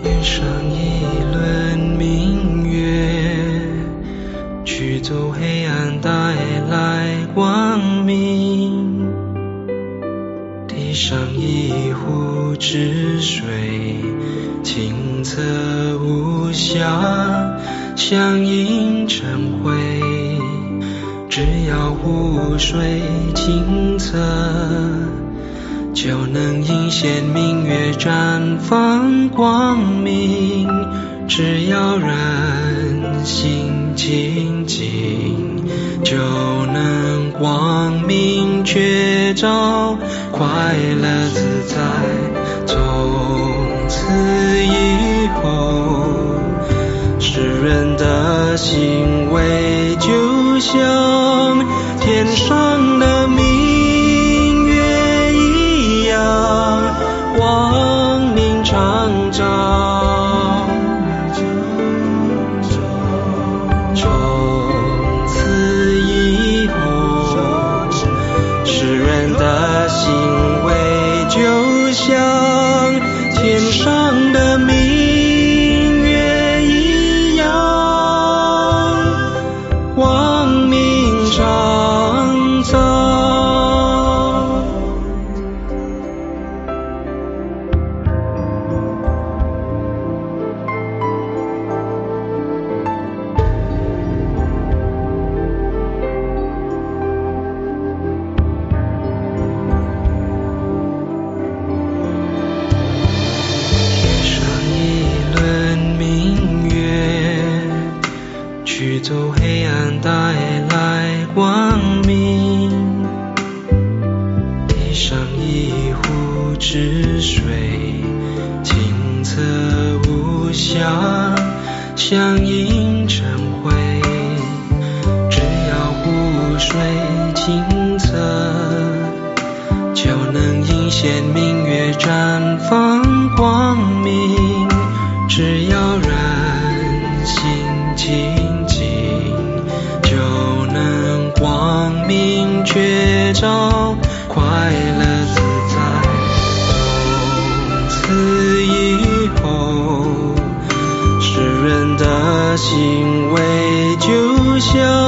天上一轮明月，驱走黑暗，带来光明。地上一湖之水，清澈无瑕，像银晨辉。只要湖水清澈，就能映现明月，绽放光明。只要人心清净，就能光明觉照，快乐自在。从此以后，世人的行为就像天上的明月一样，光明常照。从此以后，世人的行为就像天上的明月一样，光明常照。驱走黑暗，带来光明。地上一湖之水，清澈无瑕，像银晨辉。只要湖水清澈，就能映现明月，绽放光明。只要人心清净，就能光明觉照，快乐自在。从此以后，世人的行为就像